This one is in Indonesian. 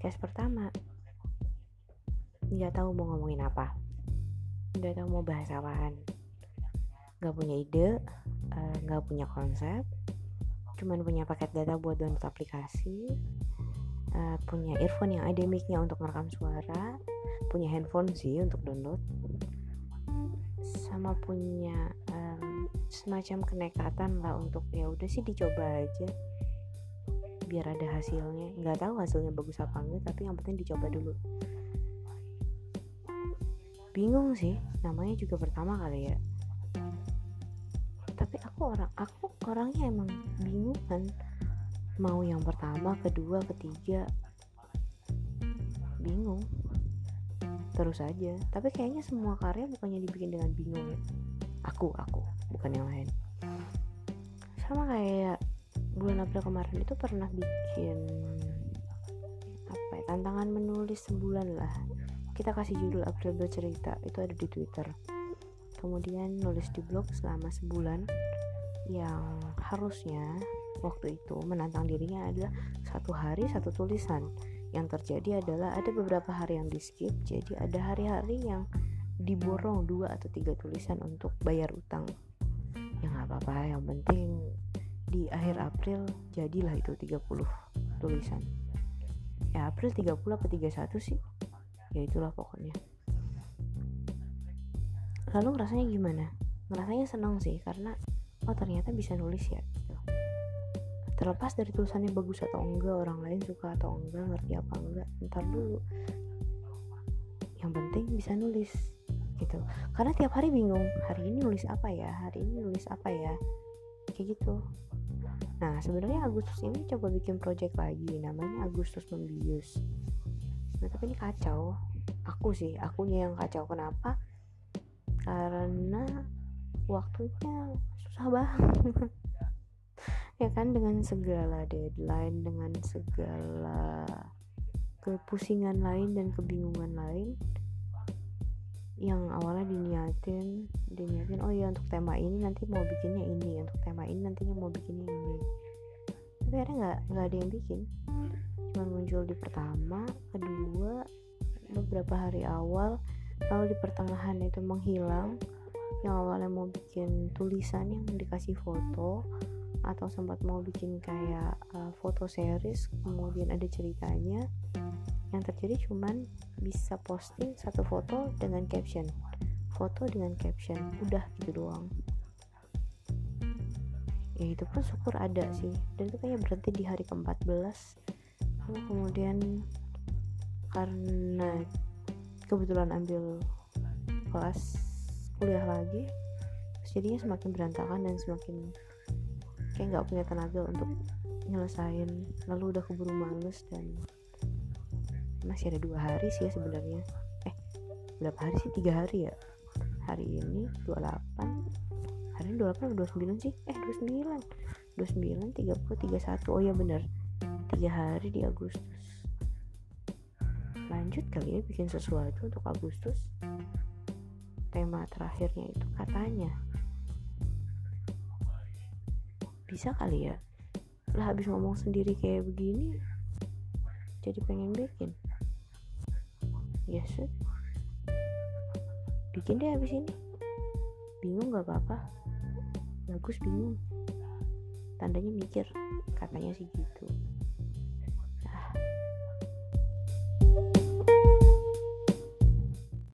podcast pertama. Nggak tahu mau ngomongin apa, nggak tahu mau bahas apaan, nggak punya ide, nggak punya konsep, cuman punya paket data buat download aplikasi, punya earphone yang ada mic-nya untuk merekam suara, punya handphone sih untuk download, sama punya semacam kenekatan lah untuk ya udah sih dicoba aja biar ada hasilnya. Nggak tahu hasilnya bagus apa enggak, tapi yang penting dicoba dulu. Bingung sih, namanya juga pertama kali ya. Tapi aku orangnya emang bingung kan, mau yang pertama, kedua, ketiga, bingung terus aja. Tapi kayaknya semua karya bukannya dibikin dengan bingung ya. Aku bukan yang lain. Sama kayak bulan April kemarin itu pernah bikin tantangan menulis sebulan lah. Kita kasih judul April Bercerita, itu ada di Twitter. Kemudian nulis di blog selama sebulan, yang harusnya waktu itu menantang dirinya adalah 1 hari 1 tulisan. Yang terjadi adalah ada beberapa hari yang di skip, jadi ada hari-hari yang diborong 2 atau 3 tulisan untuk bayar utang. Ya gak apa-apa, yang penting di akhir April jadilah itu 30 tulisan. Ya April 30 apa 31 sih, ya itulah pokoknya. Lalu rasanya gimana? Rasanya senang sih, karena ternyata bisa nulis ya gitu. Terlepas dari tulisannya bagus atau enggak, orang lain suka atau enggak, ngerti apa enggak, ntar dulu. Yang penting bisa nulis gitu. Karena tiap hari bingung, hari ini nulis apa ya, kayak gitu. Nah sebenarnya Agustus ini coba bikin project lagi, namanya Agustus Membius. Nah tapi ini kacau. Akunya yang kacau. Kenapa? Karena waktunya susah banget. Ya kan, dengan segala deadline, dengan segala kepusingan lain dan kebingungan lain, yang awalnya diniatin oh ya untuk tema ini nanti mau bikinnya ini, untuk tema ini nantinya mau bikinnya ini, tapi akhirnya nggak ada yang bikin. Cuma muncul di pertama, kedua, beberapa hari awal, lalu di pertengahan itu menghilang. Yang awalnya mau bikin tulisan yang dikasih foto, atau sempat mau bikin kayak foto series, kemudian ada ceritanya, yang terjadi cuman bisa posting 1 foto dengan caption, udah gitu doang. Ya itu pun syukur ada sih, dan itu kayak berhenti di hari ke-14. Lalu kemudian karena kebetulan ambil kelas kuliah lagi, jadinya semakin berantakan dan semakin kayak gak punya tenaga untuk nyelesain. Lalu udah keburu males, dan masih ada 2 hari sih ya sebenarnya. Berapa hari sih? 3 hari ya. Hari ini 28, hari ini 28 atau 29 sih? 29, 30, 31. Oh iya benar, 3 hari di Agustus. Lanjut kali ya bikin sesuatu untuk Agustus. Tema terakhirnya itu katanya bisa kali ya. Lah habis ngomong sendiri kayak begini, jadi pengen bikin. Yes, bikin deh habis ini. Bingung gak apa-apa, bagus bingung, tandanya mikir, katanya sih gitu.